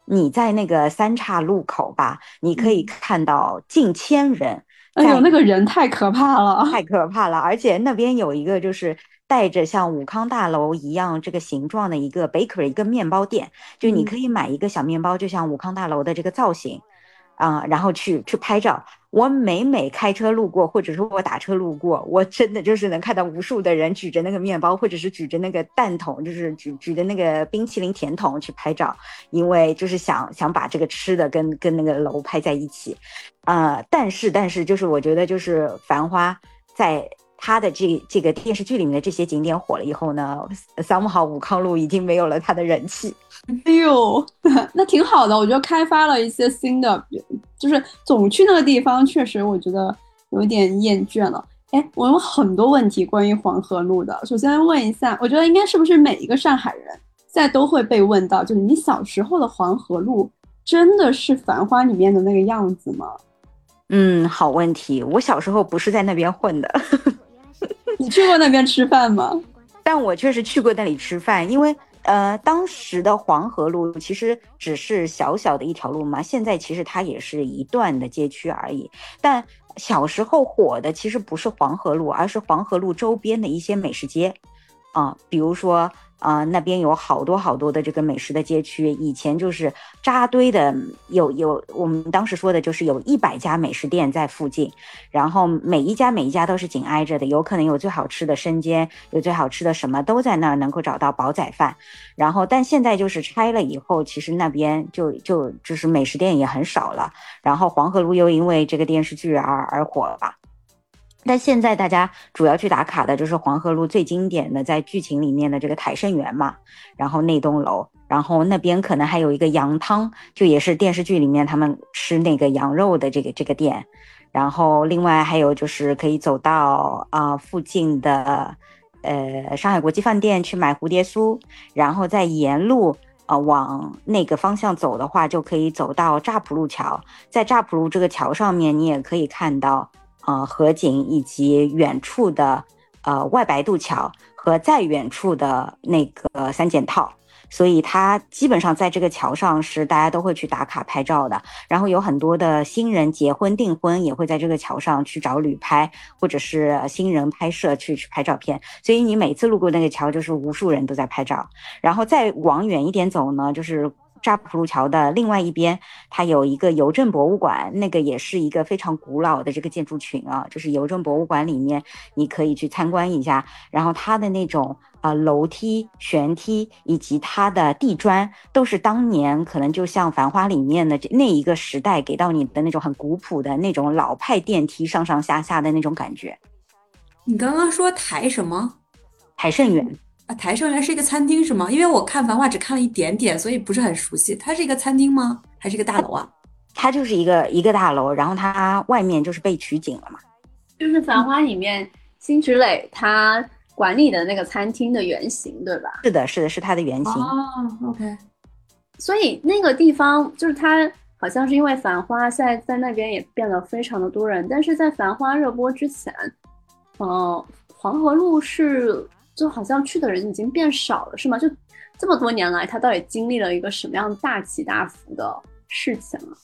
你在那个三岔路口吧，你可以看到近千人。
哎呦，那个人太可怕了，
太可怕了！而且那边有一个就是带着像武康大楼一样这个形状的一个 bakery， 一个面包店，就你可以买一个小面包，就像武康大楼的这个造型然后去拍照。我每开车路过，或者说我打车路过，我真的就是能看到无数的人举着那个面包，或者是举着那个蛋筒，就是举着那个冰淇淋甜筒去拍照，因为就是想把这个吃的跟那个楼拍在一起。但是就是我觉得就是繁花在他的这个电视剧里面的这些景点火了以后呢，somehow武康路已经没有了他的人气。
哎呦，那挺好的，我觉得开发了一些新的，就是总去那个地方，确实我觉得有点厌倦了。哎，我有很多问题关于黄河路的。首先问一下，我觉得应该是不是每一个上海人现在都会被问到，就是你小时候的黄河路真的是繁花里面的那个样子吗？
好问题。我小时候不是在那边混的。
你去过那边吃饭吗？
但我确实去过那里吃饭，因为当时的黄河路其实只是小小的一条路嘛，现在其实它也是一段的街区而已。但小时候火的其实不是黄河路，而是黄河路周边的一些美食街比如说那边有好多的这个美食的街区，以前就是扎堆的，有我们当时说的就是有100家美食店在附近，然后每一家都是紧挨着的，有可能有最好吃的生煎，有最好吃的什么都在那儿能够找到煲仔饭。然后但现在就是拆了以后，其实那边就是美食店也很少了，然后黄河路又因为这个电视剧而火了吧。但现在大家主要去打卡的就是黄河路最经典的在剧情里面的这个台盛园嘛，然后那栋楼，然后那边可能还有一个羊汤，就也是电视剧里面他们吃那个羊肉的这个店。然后另外还有就是可以走到附近的上海国际饭店去买蝴蝶酥，然后再沿路往那个方向走的话，就可以走到乍浦路桥。在乍浦路这个桥上面，你也可以看到河景以及远处的外白渡桥和再远处的那个三件套，所以它基本上在这个桥上是大家都会去打卡拍照的。然后有很多的新人结婚订婚也会在这个桥上去找旅拍，或者是新人拍摄去拍照片，所以你每次路过那个桥就是无数人都在拍照。然后再往远一点走呢，就是乍浦路桥的另外一边，它有一个邮政博物馆，那个也是一个非常古老的这个建筑群就是邮政博物馆里面你可以去参观一下。然后它的那种楼梯、旋梯以及它的地砖都是当年可能就像繁花里面的那一个时代给到你的那种很古朴的那种老派电梯上上下下的那种感觉。
你刚刚说台什么？
台盛园
台盛园是一个餐厅是吗？因为我看繁花只看了一点点，所以不是很熟悉。它是一个餐厅吗？还是一个大楼啊？
它就是一个大楼，然后它外面就是被取景了嘛。
就是繁花里面辛芷蕾他管理的那个餐厅的原型，对吧？
是的，是它的原型。
OK。
所以那个地方就是它好像是因为繁花现在在那边也变得非常的多人，但是在繁花热播之前，黄河路就好像去的人已经变少了，是吗？就这么多年来，它到底经历了一个什么样大起大伏的事情啊？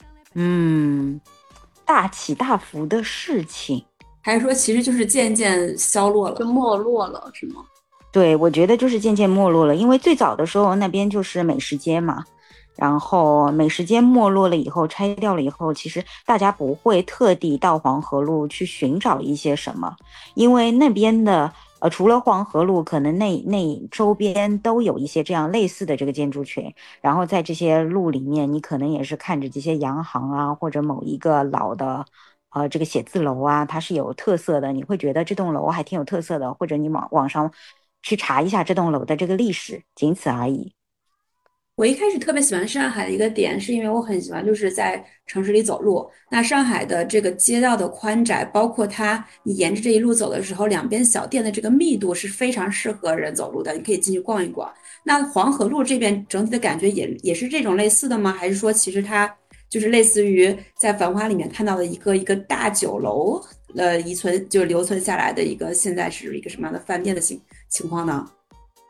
大起大伏的事情，
还是说其实就是渐渐消落了，
就没落了，是吗？
对，我觉得就是渐渐没落了，因为最早的时候那边就是美食街嘛，然后美食街没落了以后，拆掉了以后，其实大家不会特地到黄河路去寻找一些什么，因为那边的除了黄河路，可能那周边都有一些这样类似的这个建筑群，然后在这些路里面，你可能也是看着这些洋行或者某一个老的这个写字楼它是有特色的，你会觉得这栋楼还挺有特色的，或者你网上去查一下这栋楼的这个历史，仅此而已。
我一开始特别喜欢上海的一个点，是因为我很喜欢就是在城市里走路。那上海的这个街道的宽窄，包括你沿着这一路走的时候，两边小店的这个密度是非常适合人走路的，你可以进去逛一逛。那黄河路这边整体的感觉也是这种类似的吗？还是说其实它就是类似于在繁花里面看到的一个大酒楼，留存下来的一个现在是一个什么样的饭店的情况呢？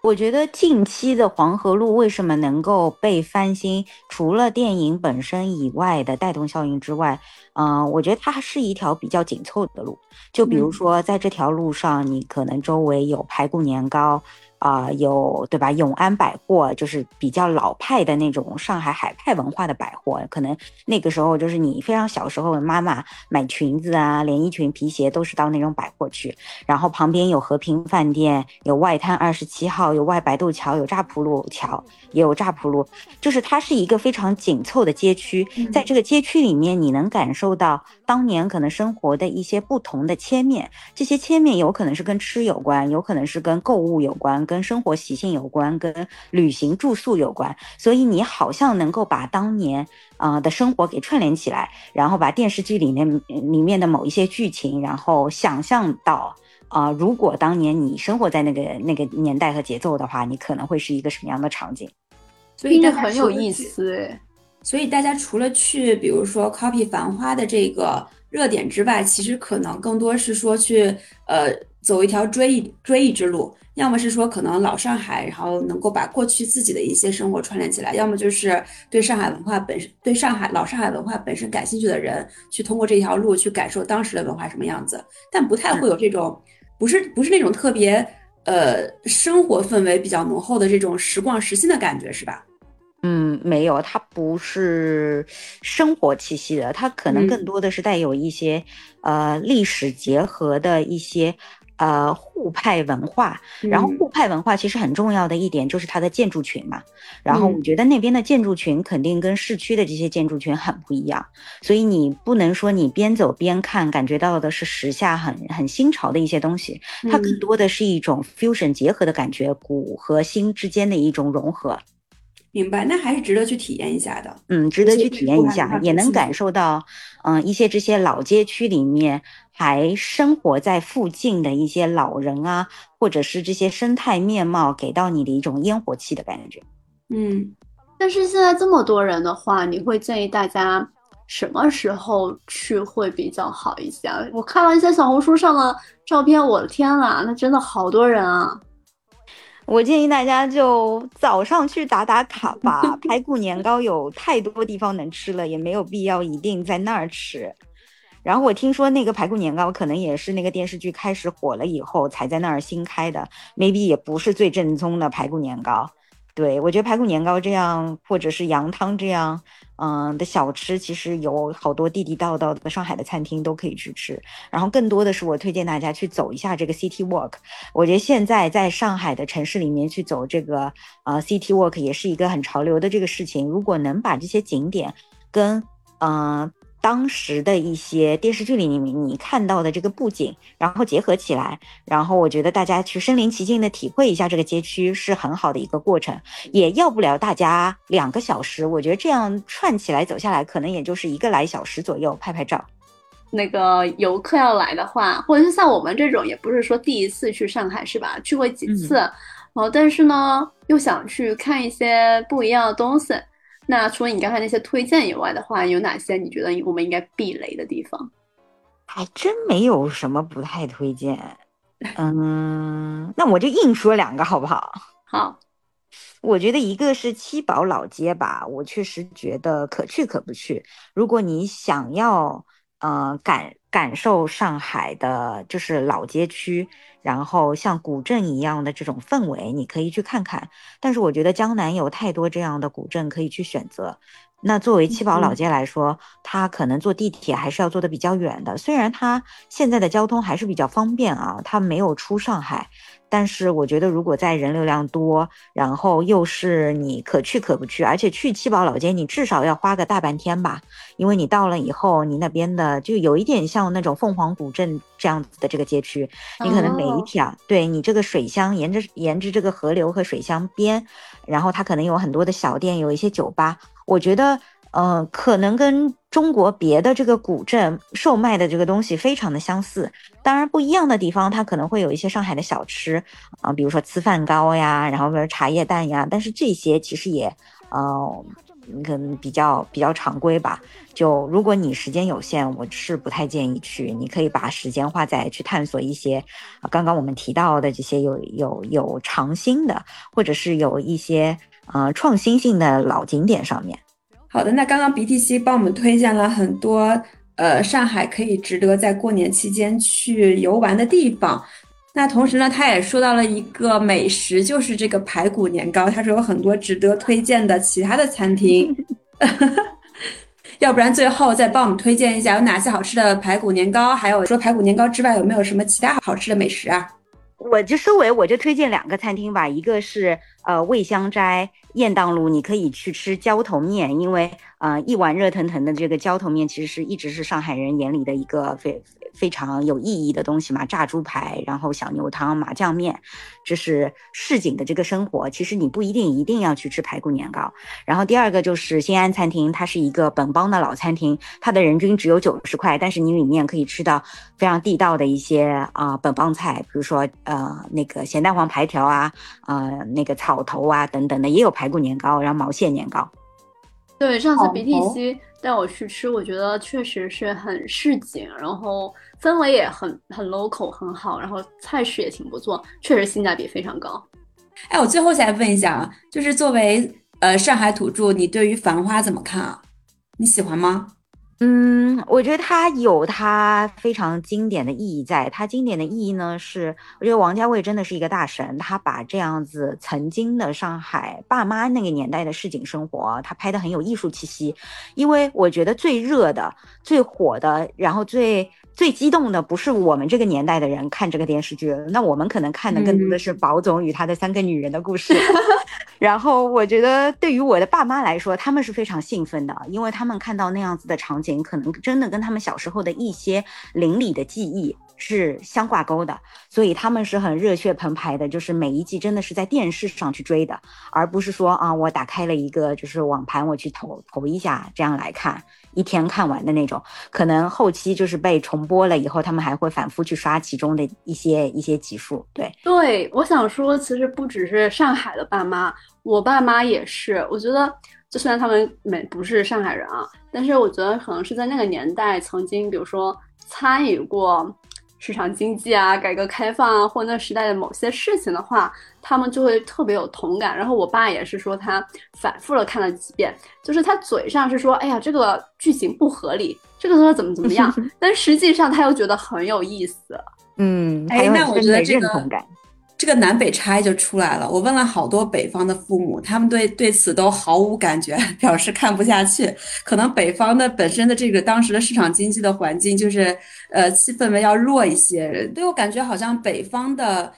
我觉得近期的黄河路为什么能够被翻新，除了电影本身以外的带动效应之外，我觉得它是一条比较紧凑的路。就比如说，在这条路上，你可能周围有排骨年糕，有对吧？永安百货就是比较老派的那种上海海派文化的百货，可能那个时候就是你非常小时候，妈妈买裙子啊、连衣裙、皮鞋都是到那种百货去。然后旁边有和平饭店，有外滩27号，有外白渡桥，有乍浦路桥，也有乍浦路，就是它是一个非常紧凑的街区。在这个街区里面，你能感受到当年可能生活的一些不同的切面，这些切面有可能是跟吃有关，有可能是跟购物有关，跟生活习性有关，跟旅行住宿有关，所以你好像能够把当年的生活给串联起来，然后把电视剧里面的某一些剧情，然后想象到如果当年你生活在那个年代和节奏的话，你可能会是一个什么样的场景？
所以很有意思。
所以大家除了去比如说 copy 繁花的这个热点之外，其实可能更多是说去走一条追忆之路，要么是说可能老上海，然后能够把过去自己的一些生活串联起来，要么就是对上海文化本身，对老上海文化本身感兴趣的人，去通过这条路去感受当时的文化什么样子，但不太会有这种不是那种特别生活氛围比较浓厚的这种时逛时新的感觉，是吧？
没有，它不是生活气息的，它可能更多的是带有一些历史结合的一些沪派文化。然后沪派文化其实很重要的一点就是它的建筑群嘛，然后我觉得那边的建筑群肯定跟市区的这些建筑群很不一样，所以你不能说你边走边看感觉到的是时下很新潮的一些东西，它更多的是一种 fusion 结合的感觉，古和新之间的一种融合。
明白，那还是值得去体验一下的。
值得去体验一下，也能感受到，一些这些老街区里面还生活在附近的一些老人啊，或者是这些生态面貌给到你的一种烟火气的感觉。
但是现在这么多人的话，你会建议大家什么时候去会比较好一些？我看了一些小红书上的照片，我的天啊，那真的好多人啊！
我建议大家就早上去打卡吧，排骨年糕有太多地方能吃了，也没有必要一定在那儿吃。然后我听说那个排骨年糕可能也是那个电视剧开始火了以后才在那儿新开的 ，maybe 也不是最正宗的排骨年糕。对，我觉得排骨年糕这样，或者是羊汤这样，的小吃，其实有好多地地道道的上海的餐厅都可以去吃。然后更多的是我推荐大家去走一下这个 City Walk。我觉得现在在上海的城市里面去走这个City Walk 也是一个很潮流的这个事情。如果能把这些景点跟当时的一些电视剧里面你看到的这个布景，然后结合起来，然后我觉得大家去身临其境的体会一下这个街区是很好的一个过程，也要不了大家2个小时，我觉得这样串起来走下来可能也就是1个来小时左右，拍拍照。
那个游客要来的话，或者是像我们这种也不是说第一次去上海是吧，去过几次，但是呢又想去看一些不一样的东西，那除了你刚才那些推荐以外的话，有哪些你觉得我们应该避雷的地方？
还真没有什么不太推荐。那我就硬说2个好不好？
好，
我觉得一个是七宝老街吧，我确实觉得可去可不去。如果你想要感受上海的就是老街区，然后像古镇一样的这种氛围，你可以去看看。但是我觉得江南有太多这样的古镇可以去选择。那作为七宝老街来说，它可能坐地铁还是要坐的比较远的，虽然它现在的交通还是比较方便啊，它没有出上海，但是我觉得如果在人流量多，然后又是你可去可不去，而且去七宝老街你至少要花个大半天吧，因为你到了以后，你那边的就有一点像那种凤凰古镇这样子的这个街区，你可能每一条，对，你这个水乡沿着这个河流和水乡边，然后它可能有很多的小店，有一些酒吧，我觉得可能跟中国别的这个古镇售卖的这个东西非常的相似，当然不一样的地方它可能会有一些上海的小吃比如说粢饭糕呀，然后比如茶叶蛋呀，但是这些其实也可能比较常规吧。就如果你时间有限，我是不太建议去。你可以把时间花在去探索一些，刚刚我们提到的这些有尝新的，或者是有一些创新性的老景点上面。
好的，那刚刚 BTC 帮我们推荐了很多上海可以值得在过年期间去游玩的地方。那同时呢，他也说到了一个美食，就是这个排骨年糕。他说有很多值得推荐的其他的餐厅，要不然最后再帮我们推荐一下有哪些好吃的排骨年糕，还有说排骨年糕之外有没有什么其他好吃的美食啊？
我就推荐2个餐厅吧，一个是味香斋雁荡路，你可以去吃浇头面，因为一碗热腾腾的这个浇头面其实一直是上海人眼里的一个非常有意义的东西嘛，炸猪排，然后小牛汤、麻酱面，这是市井的这个生活。其实你不一定要去吃排骨年糕。然后第2个就是新安餐厅，它是一个本帮的老餐厅，它的人均只有90块，但是你里面可以吃到非常地道的一些本帮菜，比如说那个咸蛋黄排条啊，那个草头啊等等的，也有排骨年糕，然后毛蟹年糕。
对，上次 BTC 带我去吃，我觉得确实是很市井，然后氛围也很 local 很好，然后菜式也挺不错，确实性价比非常高。
哎，我最后再问一下啊，就是作为上海土著，你对于繁花怎么看啊？你喜欢吗？
我觉得它有它非常经典的意义在。它经典的意义呢，是我觉得王家卫真的是一个大神，他把这样子曾经的上海爸妈那个年代的市井生活，他拍得很有艺术气息。因为我觉得最热的、最火的，然后最激动的，不是我们这个年代的人看这个电视剧，那我们可能看的更多的是宝总与他的3个女人的故事。然后我觉得对于我的爸妈来说，他们是非常兴奋的，因为他们看到那样子的场景，可能真的跟他们小时候的一些邻里的记忆是相挂钩的，所以他们是很热血澎湃的，就是每一集真的是在电视上去追的，而不是说我打开了一个就是网盘我去投一下这样来看，一天看完的那种。可能后期就是被重播了以后，他们还会反复去刷其中的一些集数。
对，我想说，其实不只是上海的爸妈，我爸妈也是。我觉得，就虽然他们不是上海人啊，但是我觉得可能是在那个年代曾经，比如说参与过市场经济啊、改革开放啊，或那时代的某些事情的话，他们就会特别有同感。然后我爸也是说，他反复的看了几遍，就是他嘴上是说，哎呀，这个剧情不合理，这个怎么样，但实际上他又觉得很有意思。
那我觉得
认同感。
这个南北差异就出来了。我问了好多北方的父母，他们对此都毫无感觉，表示看不下去。可能北方的本身的这个当时的市场经济的环境就是气氛围要弱一些。对，我感觉好像北方的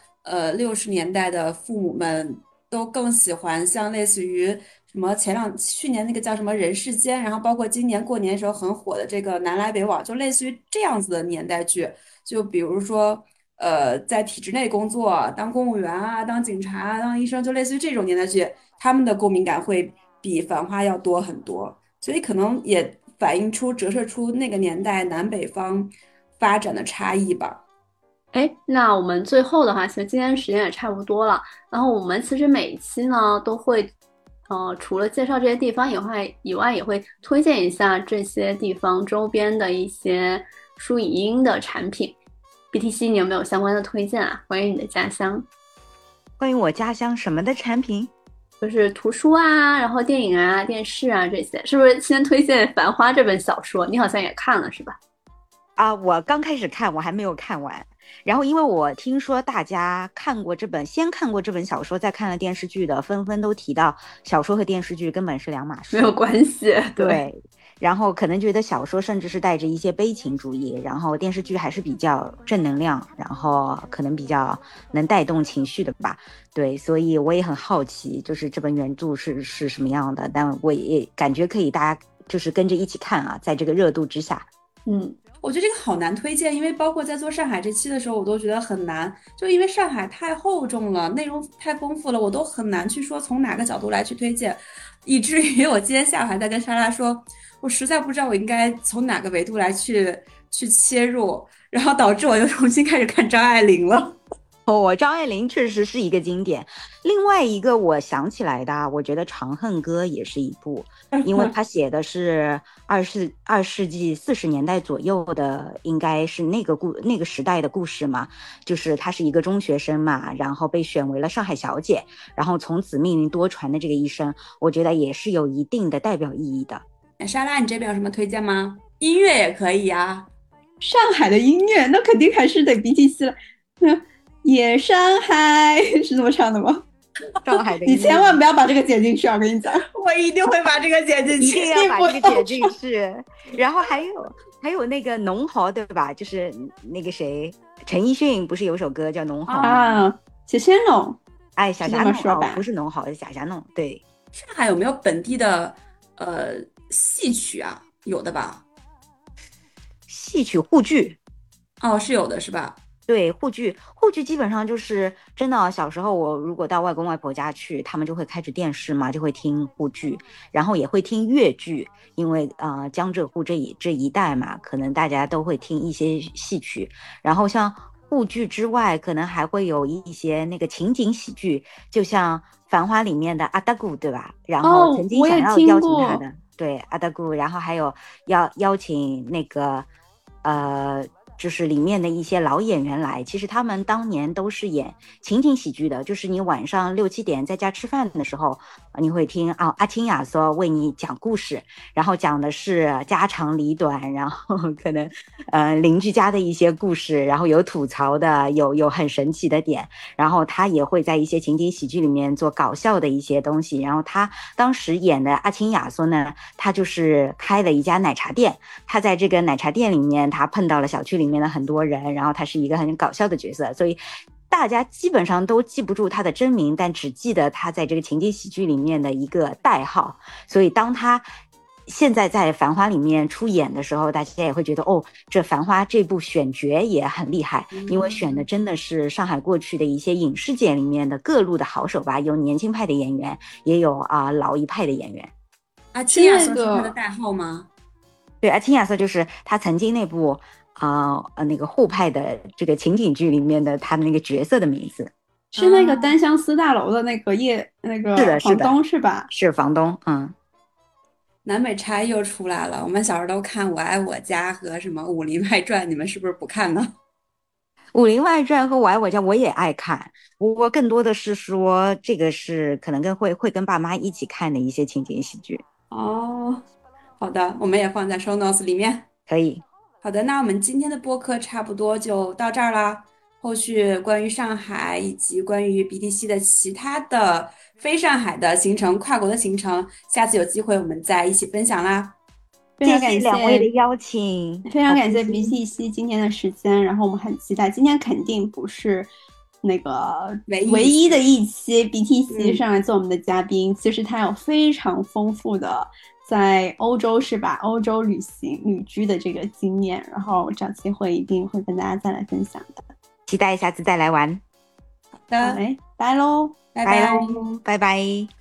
60年代的父母们都更喜欢像类似于什么去年那个叫什么人世间，然后包括今年过年的时候很火的这个南来北往，就类似于这样子的年代剧。就比如说在体制内工作，当公务员啊，当警察啊，当医生，就类似于这种年代剧，他们的共鸣感会比繁花要多很多，所以可能也折射出那个年代南北方发展的差异吧。
那我们最后的话，其实今天时间也差不多了。然后我们其实每一期呢都会，除了介绍这些地方以外，也会推荐一下这些地方周边的一些书影音的产品。BTC， 你有没有相关的推荐啊？关于你的家乡？
关于我家乡什么的产品？
就是图书啊，然后电影啊、电视啊这些，是不是先推荐《繁花》这本小说？你好像也看了是吧？
我刚开始看，我还没有看完。然后因为我听说大家先看过这本小说，再看了电视剧的，纷纷都提到小说和电视剧根本是两码事，
没有关系。
对。然后可能觉得小说甚至是带着一些悲情主义，然后电视剧还是比较正能量，然后可能比较能带动情绪的吧。对，所以我也很好奇，就是这本原著是什么样的，但我也感觉可以大家就是跟着一起看啊，在这个热度之下。
我觉得这个好难推荐，因为包括在做上海这期的时候，我都觉得很难，就因为上海太厚重了，内容太丰富了，我都很难去说从哪个角度来去推荐，以至于我今天下午还在跟莎拉说，我实在不知道我应该从哪个维度来去切入，然后导致我又重新开始看张爱玲了。
我张爱玲确实是一个经典。另外一个我想起来的，我觉得《长恨歌》也是一部，因为他写的是20世纪40年代左右的，应该是那个时代的故事嘛。就是她是一个中学生嘛，然后被选为了上海小姐，然后从此命运多舛的这个一生，我觉得也是有一定的代表意义的。
莎拉，你这边有什么推荐吗？音乐也可以啊。
上海的音乐那肯定还是得 BTC 了。夜上海是这么唱的吗？
上海的
你千万不要把这个剪进去啊！我跟你讲，
我一定会把这个剪进去，
一定要把这个剪进去。然后还有那个农豪，对吧？就是那个谁，陈奕迅不是有首歌叫《农豪》
啊？小鲜肉，
哎，小侠弄不是农豪，是小侠弄。对，
上海有没有本地的戏曲啊？有的吧？
戏曲沪剧
哦，是有的，是吧？
对，沪剧基本上就是真的。小时候我如果到外公外婆家去，他们就会开着电视嘛，就会听沪剧，然后也会听粤剧，因为江浙沪这一带嘛，可能大家都会听一些戏曲。然后像沪剧之外，可能还会有一些那个情景喜剧，就像《繁花》里面的阿达姑，对吧？然后曾经想要邀请他的，对，阿达姑，然后还有邀请那个就是里面的一些老演员来，其实他们当年都是演情景喜剧的，就是你晚上6、7点在家吃饭的时候，你会听阿青亚索为你讲故事，然后讲的是家长里短，然后可能邻居家的一些故事，然后有吐槽的，有很神奇的点，然后他也会在一些情景喜剧里面做搞笑的一些东西。然后他当时演的阿青亚索呢，他就是开了一家奶茶店，他在这个奶茶店里面，他碰到了小区里面的很多人，然后他是一个很搞笑的角色，所以大家基本上都记不住他的真名，但只记得他在这个情景喜剧里面的一个代号。所以当他现在在《繁花》里面出演的时候，大家也会觉得这《繁花》这部选角也很厉害，因为选的真的是上海过去的一些影视界里面的各路的好手吧，有年轻派的演员，也有老一派的演员。
阿青亚瑟是他的代号吗？
对，阿青亚瑟就是他曾经那部那个沪派的这个情景剧里面的他的那个角色的名字，
是那个单相思大楼的那个房东是吧？
是房东。
南北差异又出来了。我们小时候都看《我爱我家》和什么《武林外传》，你们是不是不看呢？
《武林外传》和《我爱我家》我也爱看，不过更多的是说这个是可能会跟爸妈一起看的一些情景喜剧。
哦，好的，我们也放在 show notes 里面。
可以。
好的，那我们今天的播客差不多就到这儿啦。后续关于上海以及关于 BTC 的其他的非上海的行程、跨国的行程，下次有机会我们再一起分享啦。
非常感谢
两位的邀请，
非常感谢 BTC 今天的时间，然后我们很期待今天肯定不是那个唯一的一期 BTC 上来做我们的嘉宾，其实他有非常丰富的在欧洲是吧？欧洲旅居的这个经验，然后找机会一定会跟大家再来分享的，
期待下次再来玩。
好的，
拜喽，
拜拜，
拜拜。